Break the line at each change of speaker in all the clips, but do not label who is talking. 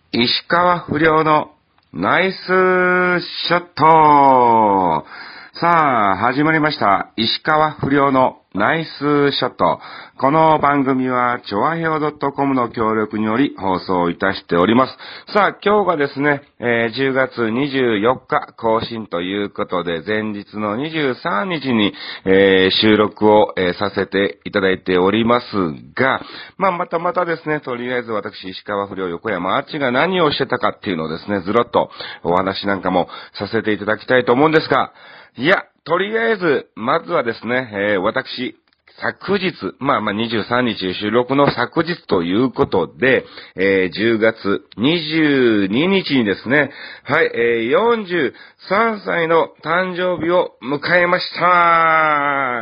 石川不良のナイスショット。さあ、始まりました。石川不良のナイスショット。この番組は、ちょわへお .com の協力により放送いたしております。さあ、今日がですね、10月24日更新ということで、前日の23日に、収録を、させていただいておりますが、またですね、とりあえず私、石川不良横山あっちが何をしてたかっていうのをですね、ずらっとお話なんかもさせていただきたいと思うんですが、いや、とりあえず、まずはですね、私、昨日、23日収録の昨日ということで、10月22日にですね、はい、43歳の誕生日を迎えました。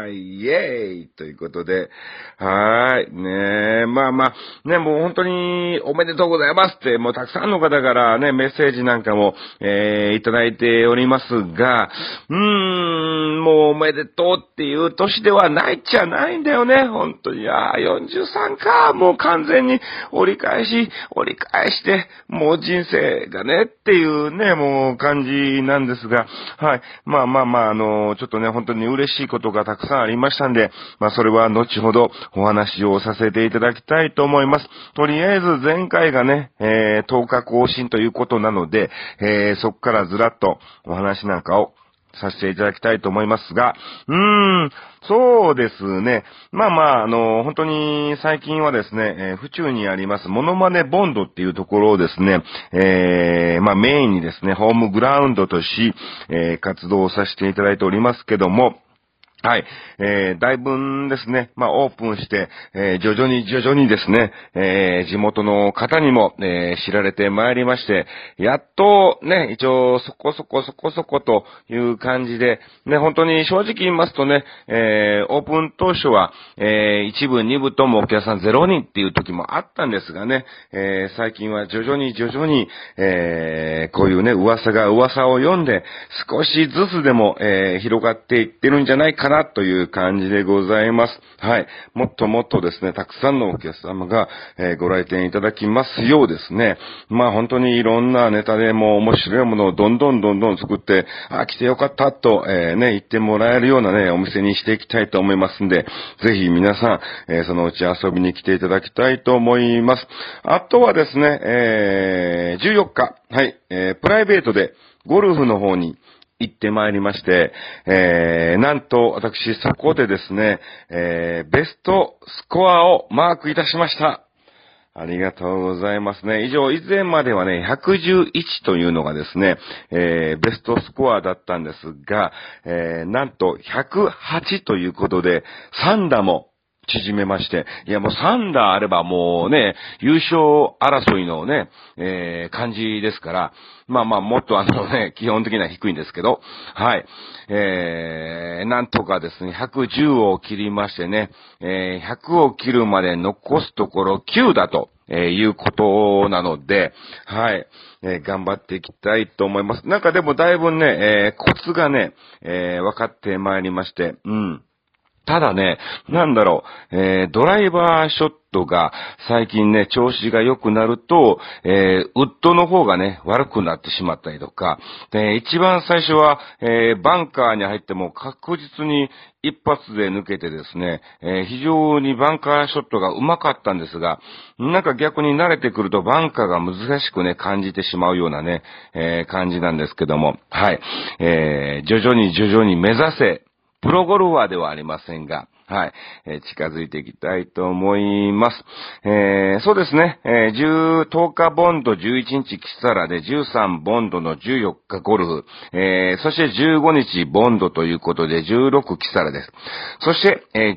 イエーイということで、はい、ね、ね、もう本当におめでとうございますって、もうたくさんの方からね、メッセージなんかも、いただいておりますが、もうおめでとうっていう年ではないっちゃないんだよね、本当に。43か、もう完全に折り返して、もう人生がねっていうね、もう感じなんですが、はい。ちょっとね、本当に嬉しいことがたくさんありましたんで、それは後ほどお話をさせていただきたいと思います。とりあえず前回がね、10日更新ということなので、そこからずらっとお話なんかをさせていただきたいと思いますが、そうですね。本当に最近はですね、府中にありますモノマネボンドっていうところをですね、メインにですね、ホームグラウンドとし、活動をさせていただいておりますけども、はい。だいぶですね、オープンして、徐々にですね、地元の方にも、知られてまいりまして、やっとね、一応そこそこという感じで、ね、本当に正直言いますとね、オープン当初は、一部二部ともお客さん0人っていう時もあったんですがね、最近は徐々に、こういうね、噂を読んで、少しずつでも、広がっていってるんじゃないかなという感じでございます。はい。もっとですね、たくさんのお客様が、ご来店いただきますようですね。本当にいろんなネタでも面白いものをどんどん作って、来てよかったと、言ってもらえるようなね、お店にしていきたいと思いますんで、ぜひ皆さん、そのうち遊びに来ていただきたいと思います。あとはですね、14日、はい、プライベートでゴルフの方に行ってまいりまして、なんと私そこでですね、ベストスコアをマークいたしました。ありがとうございますね。以前まではね、111というのがですね、ベストスコアだったんですが、なんと108ということで、3打も縮めまして、いやもう3打あればもうね、優勝争いのね、感じですから、もっと基本的には低いんですけど、はい。なんとかですね、110を切りましてね、100を切るまで残すところ9だと、いうことなので、はい。頑張っていきたいと思います。なんかでもだいぶね、コツがね、分かってまいりまして、ただね、ドライバーショットが最近ね、調子が良くなると、ウッドの方がね、悪くなってしまったりとか、で、一番最初は、バンカーに入っても確実に一発で抜けてですね、非常にバンカーショットが上手かったんですが、なんか逆に慣れてくるとバンカーが難しくね、感じてしまうようなね、感じなんですけども、はい。徐々に目指せ、プロゴルファーではありませんが、はい、近づいていきたいと思います。そうですね、10日ボンド11日キサラで13ボンドの14日ゴルフ、そして15日ボンドということで16キサラです。そして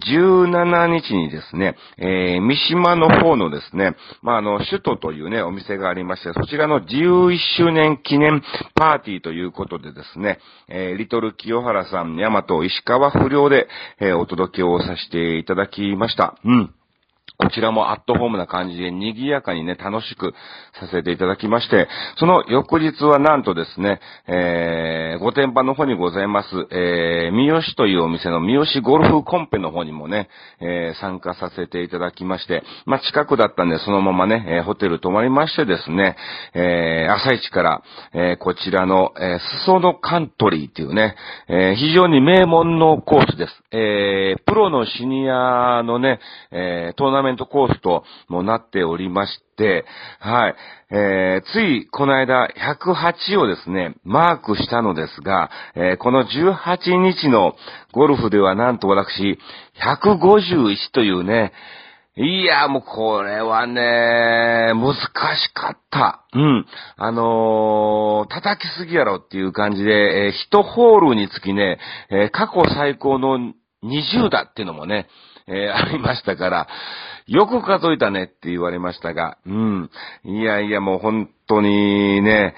、17日にですね、三島の方のですね、首都というね、お店がありまして、そちらの11周年記念パーティーということでですね、リトル清原さん、大和石川不良で、お届けをさせていただきました。 こちらもアットホームな感じで賑やかにね、楽しくさせていただきまして、その翌日はなんとですね、御殿場の方にございます、三好というお店の三好ゴルフコンペの方にもね、参加させていただきまして、近くだったんでそのままね、ホテル泊まりましてですね、朝一から、こちらの、裾野カントリーっていうね、非常に名門のコースです。プロのシニアのね、トーナメントコースともなっておりまして、はい、ついこの間108をですね、マークしたのですが、この18日のゴルフではなんと私、151というね、いや、もうこれはね、難しかった。叩きすぎやろっていう感じで、1ホールにつきね、過去最高の20打っていうのもね、ありましたから、よく数えたねって言われましたが、いやいやもう本当にね、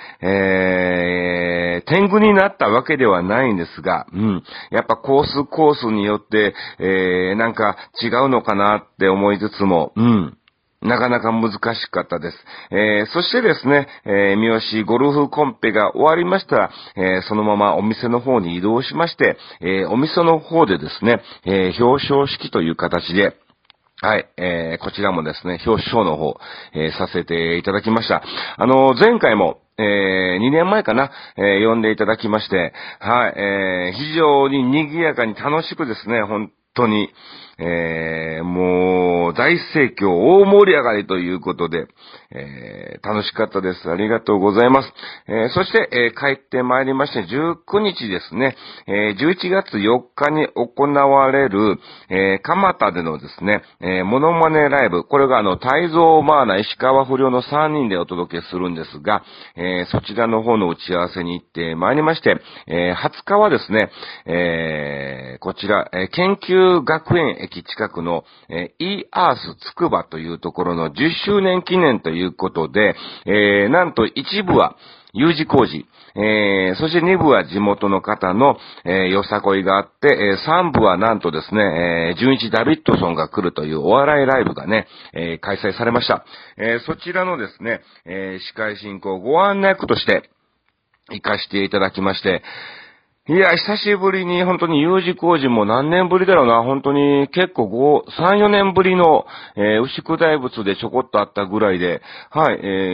天狗になったわけではないんですが、やっぱコースによって、なんか違うのかなって思いつつも、なかなか難しかったです。そしてですね、三好ゴルフコンペが終わりましたら、そのままお店の方に移動しまして、お店の方でですね、表彰式という形で、はい、こちらもですね、表彰の方、させていただきました。前回も、2年前かな、呼んでいただきまして、はい、非常に賑やかに楽しくですね、本当に、もう、大盛況、大盛り上がりということで、楽しかったです。ありがとうございます。そして、帰ってまいりまして、19日ですね、11月4日に行われる、蒲田でのですね、モノマネライブ、これが泰造マーナ、石川不良の3人でお届けするんですが、そちらの方の打ち合わせに行ってまいりまして、20日はですね、こちら、研究学園駅近くの、e アースつくばというところの10周年記念ということで、なんと一部は U 字工事、そして2部は地元の方の、よさこいがあって、3部はなんとですね、純一ダビッドソンが来るというお笑いライブがね、開催されました。そちらのですね、司会進行ご案内役として行かせていただきまして、いや、久しぶりに本当に U 字工事も何年ぶりだろうな、本当に結構3、4年ぶりの、牛久大仏でちょこっとあったぐらいで、はい、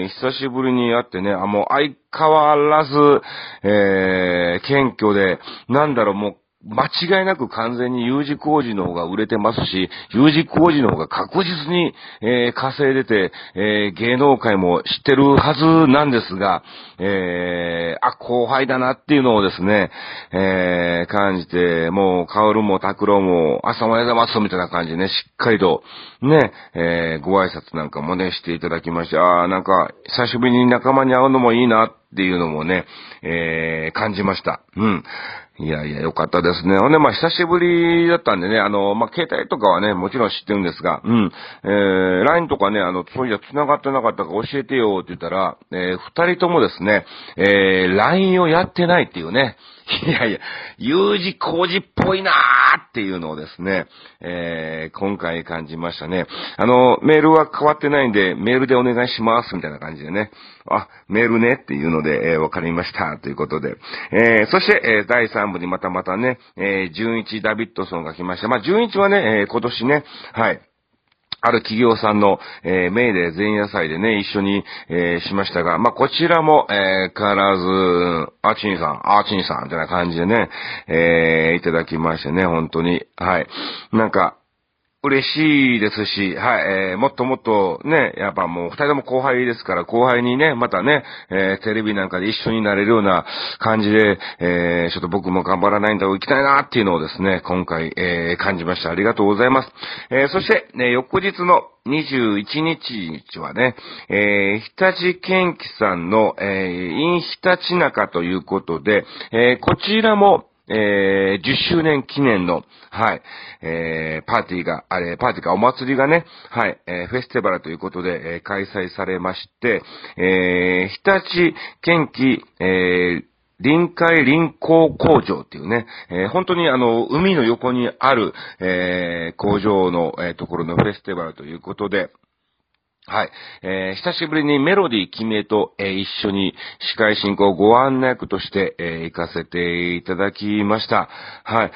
久しぶりに会ってね、もう相変わらず、謙虚で、なんだろう、もう、間違いなく完全に U 字工事の方が売れてますし、U 字工事の方が確実に、稼いでて、芸能界も知ってるはずなんですが、後輩だなっていうのをですね、感じて、もう、カオルもタクロも、朝もおはようございますみたいな感じでね、しっかりと、ね、ご挨拶なんかもね、していただきまして、なんか、久しぶりに仲間に会うのもいいなっていうのもね、感じました。いやいや、よかったですね。ほんで、久しぶりだったんでね、携帯とかはね、もちろん知ってるんですが、LINE とかね、そういや、繋がってなかったから教えてよって言ったら、二人ともですね、LINE をやってないっていうね、いやいや、U 字工事っぽいなーっていうのをですね、今回感じましたね。メールは変わってないんで、メールでお願いしますみたいな感じでね、メールねっていうので、わかりましたということで、そして、第3部にまたね、純一ダビッドソンが来ました。純一はね、今年ね、はい。ある企業さんの、メイデー前夜祭でね、一緒に、しましたが、こちらも、変わらず、チンさん、みたいな感じでね、いただきましてね、本当に、はい。なんか、嬉しいですし、はい、もっともっとね、やっぱもう二人とも後輩ですから、後輩にね、またね、テレビなんかで一緒になれるような感じで、ちょっと僕も頑張らないんだろう、行きたいなっていうのをですね、今回、感じました。ありがとうございます。そして、ね、翌日の21日はね、日立建機さんの、in ひたちなかということで、こちらも、10周年記念の、はい、パーティーかお祭りがね、はい、フェスティバルということで、開催されまして、日立建機、 臨海臨港工場っていうね、本当に海の横にある、工場の、ところのフェスティバルということで、はい。久しぶりにメロディー決めと、一緒に司会進行ご案内役として、行かせていただきました。はい。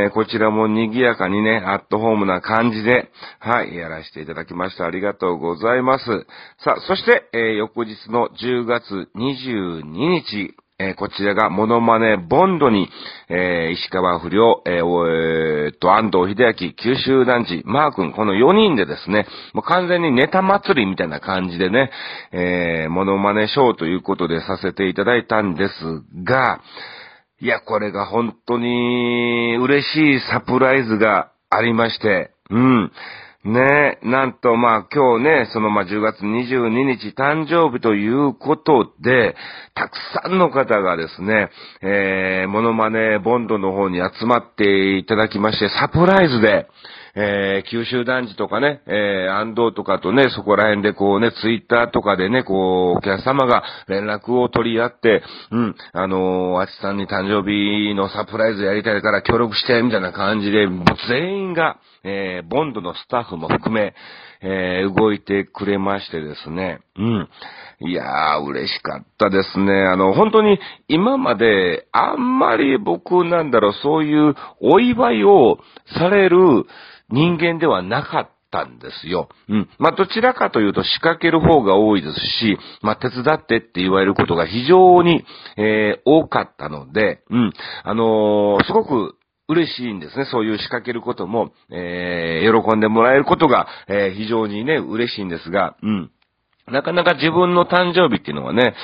こちらも賑やかにね、アットホームな感じで、はい、やらせていただきました。ありがとうございます。さあ、そして、翌日の10月22日、こちらがモノマネボンドに、石川不良、安藤秀明、九州男児、マー君、この4人でですね、もう完全にネタ祭りみたいな感じでね、モノマネショーということでさせていただいたんですが、いや、これが本当に嬉しいサプライズがありまして、ねえ、なんと今日ね、10月22日誕生日ということで、たくさんの方がですね、モノマネボンドの方に集まっていただきまして、サプライズで、九州男児とかね、安藤とかとね、そこら辺でこうね、ツイッターとかでね、こう、お客様が連絡を取り合って、あちさんに誕生日のサプライズやりたいから協力して、みたいな感じで、全員が、ボンドのスタッフも含め、動いてくれましてですね。いやー、嬉しかったですね。本当に今まであんまり僕そういうお祝いをされる人間ではなかったんですよ。どちらかというと仕掛ける方が多いですし、手伝ってって言われることが非常に、多かったので、すごく嬉しいんですね。そういう仕掛けることも、喜んでもらえることが、非常にね、嬉しいんですが、なかなか自分の誕生日っていうのはね、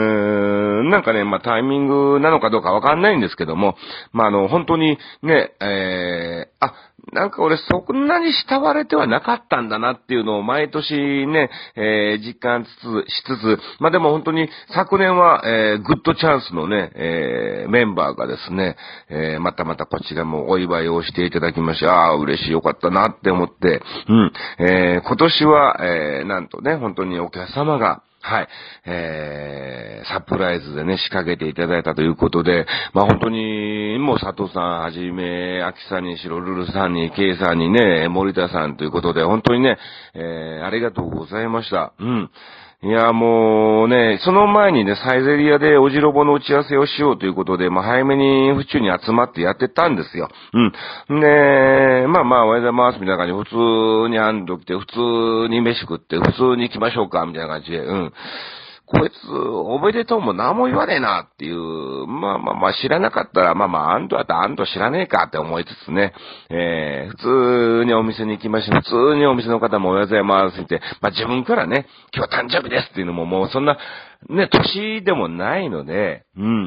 タイミングなのかどうかわかんないんですけども、本当にね、俺そんなに慕われてはなかったんだなっていうのを毎年ね、実感しつつ、でも本当に昨年は、グッドチャンスのね、メンバーがですね、またこちらもお祝いをしていただきまして、嬉しいよかったなって思って、今年は、なんとね、本当にお客様が、はい。サプライズでね、仕掛けていただいたということで、本当に、もう佐藤さんはじめ、秋さんにしろ、ルルさんに、ケイさんにね、森田さんということで、本当にね、ありがとうございました。いや、もうね、その前にね、サイゼリアでおじろぼの打ち合わせをしようということで、早めに府中に集まってやってたんですよ。で、おはようございます、みたいな感じで、普通に安堵来て、普通に飯食って、普通に行きましょうか、みたいな感じで、こいつ、おめでとうも何も言わねえなっていう、知らなかったら、安堵だったら安堵知らねえかって思いつつね、普通にお店に行きまして、普通にお店の方もおはようございますって、自分からね、今日は誕生日ですっていうのももうそんな、ね、年でもないので、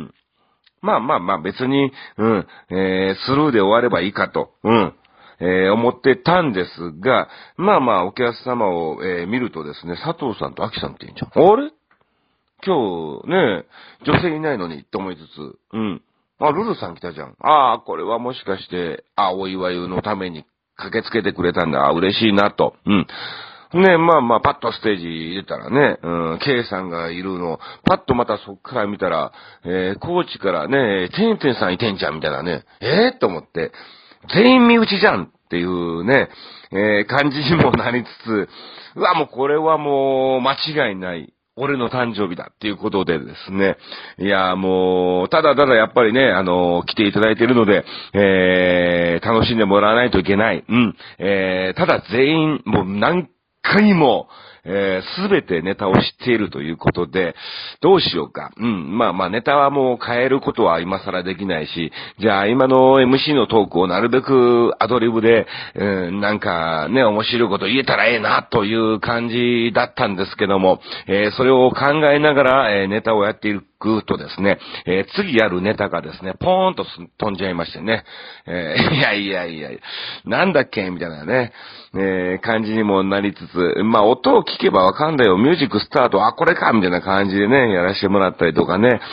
別に、スルーで終わればいいかと、思ってたんですが、お客様を、見るとですね、佐藤さんと秋さんって言うんじゃん。あれ今日ね、女性いないのにって思いつつ、ルルさん来たじゃん。これはもしかして、お祝いのために駆けつけてくれたんだ。嬉しいなと。ね、パッとステージ入れたらね、K さんがいるの、パッとまたそっから見たら、コーチからね、てんてんさんいてんじゃん、みたいなね、と思って、全員身内じゃんっていうね、感じにもなりつつ、もうこれはもう間違いない。俺の誕生日だっていうことでですね。いや、もう、ただやっぱりね、来ていただいているので、楽しんでもらわないといけない。ただ全員、もう何回も、すべてネタを知っているということで、どうしようか。ネタはもう変えることは今更できないし、じゃあ今の MC のトークをなるべくアドリブで、面白いこと言えたらええな、という感じだったんですけども、それを考えながら、ネタをやっていくとですね、次やるネタがですね、ポーンと飛んじゃいましてね、いや、なんだっけみたいなね、感じにもなりつつ、音を聞聞けばわかんだよ、ミュージックスタート、あ、これかみたいな感じでね、やらせてもらったりとかね。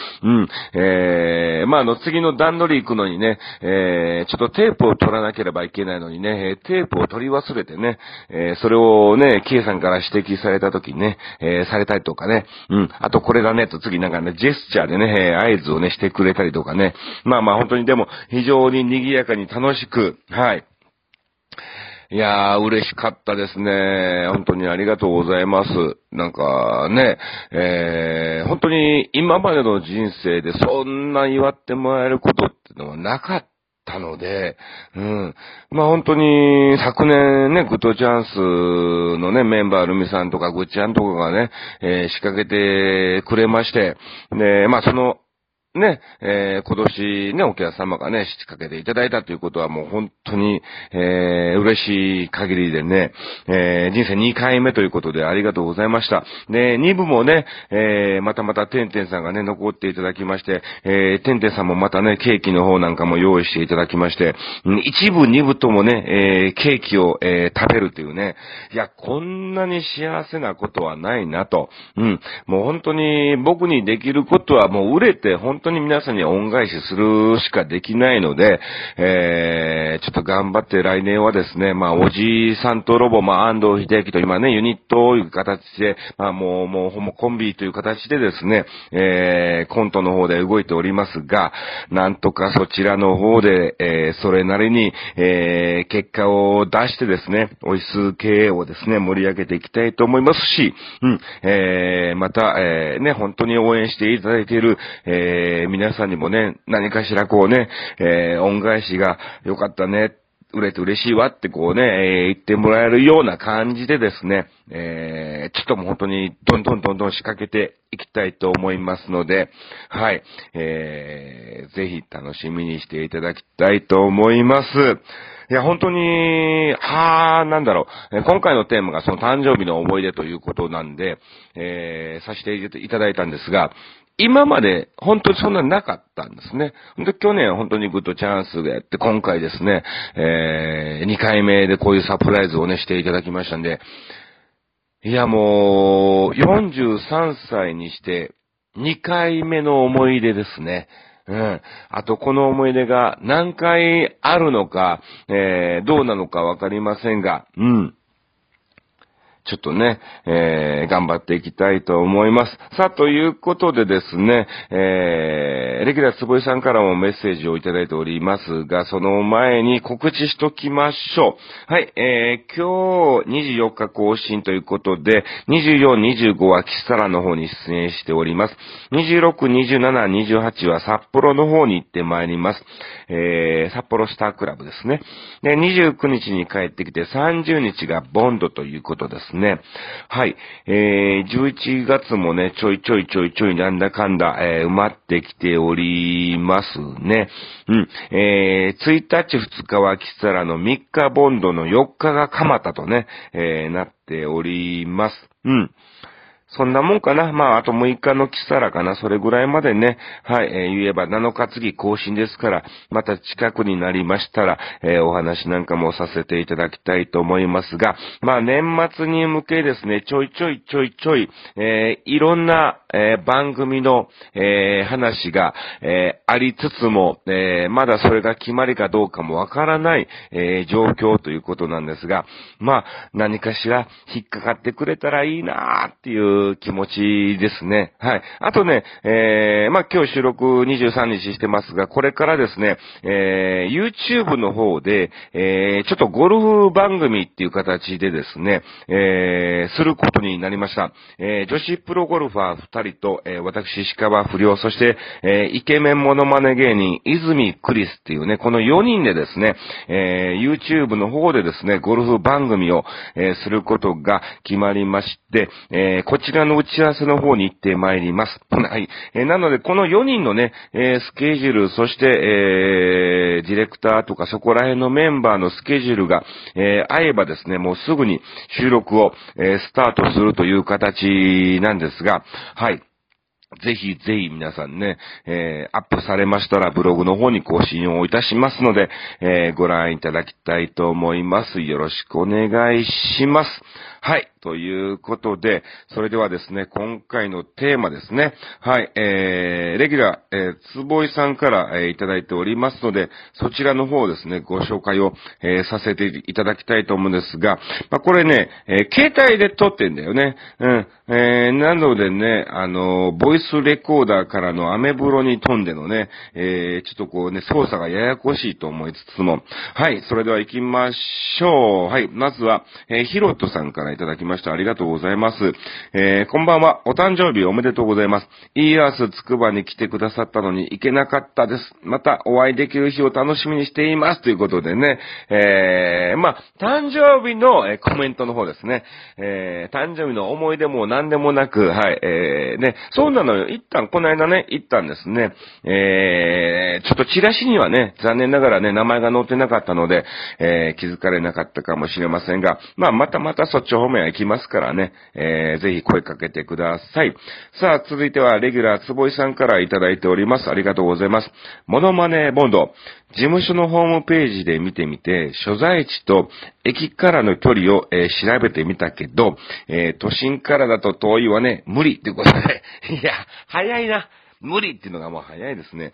次の段取り行くのにね、ちょっとテープを取らなければいけないのにね、テープを取り忘れてね、それをね、K さんから指摘された時にね、されたりとかね、あとこれだね、と次なんかね、ジェスチャーでね、合図をね、してくれたりとかね。本当にでも、非常に賑やかに楽しく、はい。いやー、嬉しかったですね。本当にありがとうございます。なんかね、本当に今までの人生でそんな祝ってもらえることってのはなかったので、本当に昨年ね、グッドチャンスのね、メンバールミさんとかグッチャンとかがね、仕掛けてくれまして、で、その、ね、今年ね、お客様がね、仕掛けていただいたということはもう本当に、嬉しい限りでね、人生2回目ということでありがとうございました。で、2部もね、またてんてんさんがね、残っていただきまして、てんてんさんもまたね、ケーキの方なんかも用意していただきまして、1部、2部ともね、ケーキを、食べるというね、いや、こんなに幸せなことはないなと、もう本当に僕にできることはもう売れて、本当に皆さんに恩返しするしかできないので、ちょっと頑張って来年はですね、おじさんとロボ、安藤秀明と今ね、ユニットという形で、もうコンビという形でですね、コントの方で動いておりますが、なんとかそちらの方で、それなりに、結果を出してですね、オイス経営をですね、盛り上げていきたいと思いますし、また、本当に応援していただいている、皆さんにもね、何かしらこうね、恩返しが良かったね、売れて嬉しいわってこうね、言ってもらえるような感じでですね、ちょっともう本当にどんどん仕掛けていきたいと思いますので、はい、ぜひ楽しみにしていただきたいと思います。いや、本当に、今回のテーマがその誕生日の思い出ということなんで、させていただいたんですが、今まで本当にそんななかったんですね。で、去年本当にグッドチャンスがやって、今回ですね、2回目でこういうサプライズをね、していただきましたんで、いやもう、43歳にして、2回目の思い出ですね。あと、この思い出が何回あるのか、どうなのかわかりませんが、ちょっとね、頑張っていきたいと思います。さあ、ということでですね、レギュラーつぼいさんからもメッセージをいただいておりますが、その前に告知しときましょう。はい、今日24日更新ということで、24、25はキサラの方に出演しております。26、27、28は札幌の方に行ってまいります。札幌スタークラブですね。で、29日に帰ってきて30日がボンドということですね。はい。11月もね、ちょいなんだかんだ、埋まってきておりますね。1日2日はキサラの3日ボンドの4日が蒲田とね、なっております。そんなもんかな。あと6日のキサラかな。それぐらいまでね。はい、言えば7日次更新ですから、また近くになりましたら、お話なんかもさせていただきたいと思いますが、年末に向けですね、ちょい、いろんな、番組の、話が、ありつつも、まだそれが決まりかどうかもわからない、状況ということなんですが、何かしら引っかかってくれたらいいなーっていう気持ちですね。はい。あとね、今日収録23日してますが、これからですね、YouTube の方で、ちょっとゴルフ番組っていう形でですね、することになりました。女子プロゴルファー2人と、私、石川不良、そして、イケメンモノマネ芸人、泉クリスっていうね、この4人でですね、YouTube の方でですね、ゴルフ番組を、することが決まりまして、こちらの打ち合わせの方に行ってまいります。はい。なので、この4人のね、スケジュール、そして、ディレクターとかそこら辺のメンバーのスケジュールが、合えばですね、もうすぐに収録を、スタートするという形なんですが、はい。ぜひ皆さんね、アップされましたらブログの方に更新をいたしますので、ご覧いただきたいと思います。よろしくお願いします。はい。 ということで、それではですね、今回のテーマですね。はい、レギュラー、坪井さんから、いただいておりますので、そちらの方をですね、ご紹介を、させていただきたいと思うんですが、これね、携帯で撮ってんだよね。なのでね、ボイスレコーダーからのアメブロに飛んでのね、ちょっとこうね、操作がややこしいと思いつつも、はい、それでは行きましょう。はい、まずは、ヒロトさんからいただきました。ありがとうございます。こんばんは。お誕生日おめでとうございます。イーアースつくばに来てくださったのに行けなかったです。またお会いできる日を楽しみにしています。ということでね、誕生日の、コメントの方ですね。誕生日の思い出も何でもなく、はい、ね、そうなのよ。この間ね、行ったんですね。ちょっとチラシにはね、残念ながらね、名前が載ってなかったので、気づかれなかったかもしれませんが、またそっち方面は行きますからね、ぜひ声かけてください。さあ、続いてはレギュラー坪井さんからいただいております。ありがとうございます。モノマネボンド。事務所のホームページで見てみて、所在地と駅からの距離を、調べてみたけど、都心からだと遠いわね、無理ってことで、いや、早いな。無理っていうのがもう早いですね。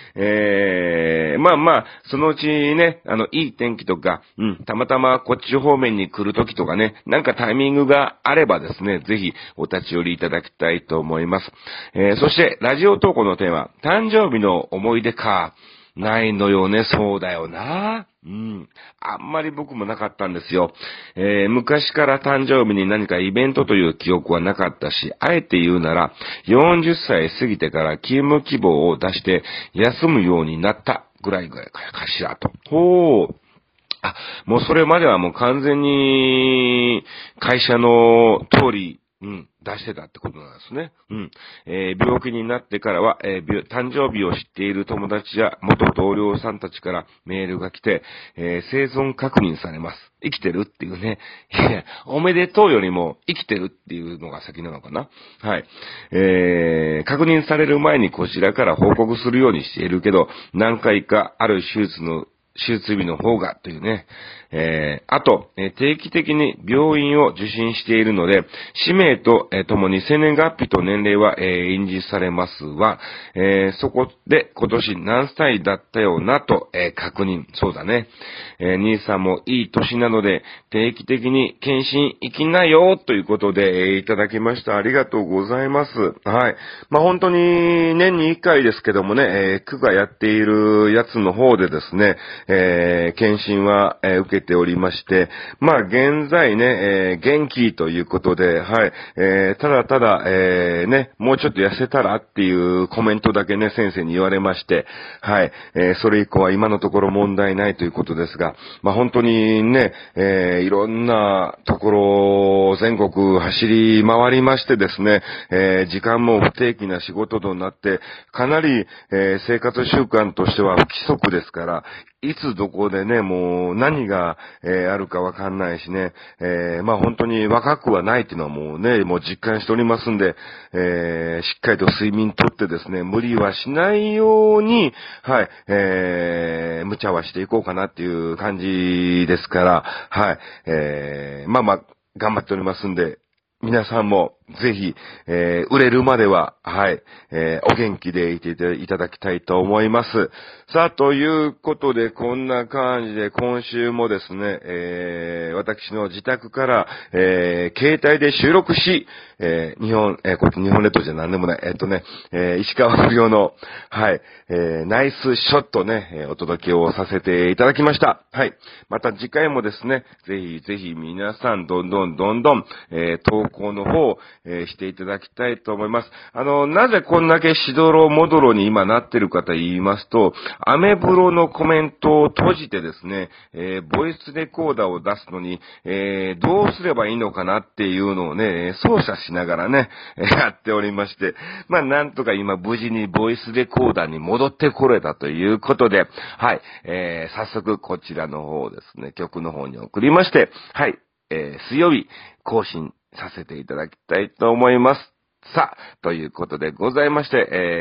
そのうちね、いい天気とか、たまたまこっち方面に来るときとかね、なんかタイミングがあればですね、ぜひお立ち寄りいただきたいと思います。そして、ラジオ投稿のテーマ、誕生日の思い出か。ないのよね、そうだよな。あんまり僕もなかったんですよ。昔から誕生日に何かイベントという記憶はなかったし、あえて言うなら、40歳過ぎてから勤務希望を出して休むようになったぐらいかしらと。もうそれまではもう完全に会社の通り、出してたってことなんですね。病気になってからは、誕生日を知っている友達や元同僚さんたちからメールが来て、生存確認されます。生きてるっていうね。おめでとうよりも生きてるっていうのが先なのかな。はい。確認される前にこちらから報告するようにしているけど、何回かある手術日の方がというね。あと、定期的に病院を受診しているので、氏名と、ともに生年月日と年齢は、印字されますわ。そこで今年何歳だったよなと、確認。そうだね。兄さんもいい年なので、定期的に検診行きなよということで、いただきました。ありがとうございます。はい。本当に年に1回ですけどもね、区がやっているやつの方でですね、検診は、受けておりまして、現在ね、元気ということで、はい、ただ、ね、もうちょっと痩せたらっていうコメントだけね、先生に言われまして、はい、それ以降は今のところ問題ないということですが、本当にね、いろんなところを全国走り回りましてですね、時間も不定期な仕事となって、かなり、生活習慣としては不規則ですから、いつどこでね、もう何が、あるかわかんないしね、本当に若くはないっていうのはもうね、もう実感しておりますんで、しっかりと睡眠とってですね、無理はしないように、はい、無茶はしていこうかなっていう感じですから、はい、頑張っておりますんで、皆さんもぜひ、売れるまでは、はい、お元気でいていただきたいと思います。さあ、ということで、こんな感じで今週もですね、私の自宅から、携帯で収録し、これ日本列島じゃ何でもない、石川不良の、はい、ナイスショットね、お届けをさせていただきました。はい。また次回もですね、ぜひ皆さん、どんどん、投稿の方、していただきたいと思います。なぜこんだけしどろもどろに今なってるかと言いますと、アメブロのコメントを閉じてですね、ボイスレコーダーを出すのに、どうすればいいのかなっていうのをね、操作しながらね、やっておりまして、なんとか今無事にボイスレコーダーに戻ってこれたということで、はい、早速こちらの方をですね、曲の方に送りまして、はい、水曜日更新させていただきたいと思います。さあ、ということでございまして、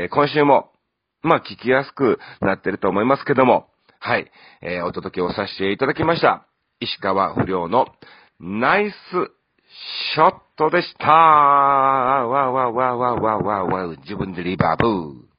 今週も、聞きやすくなってると思いますけども、はい、お届けをさせていただきました。石川不良のナイスショットでした。わわわわわわわ、自分でリバーブ。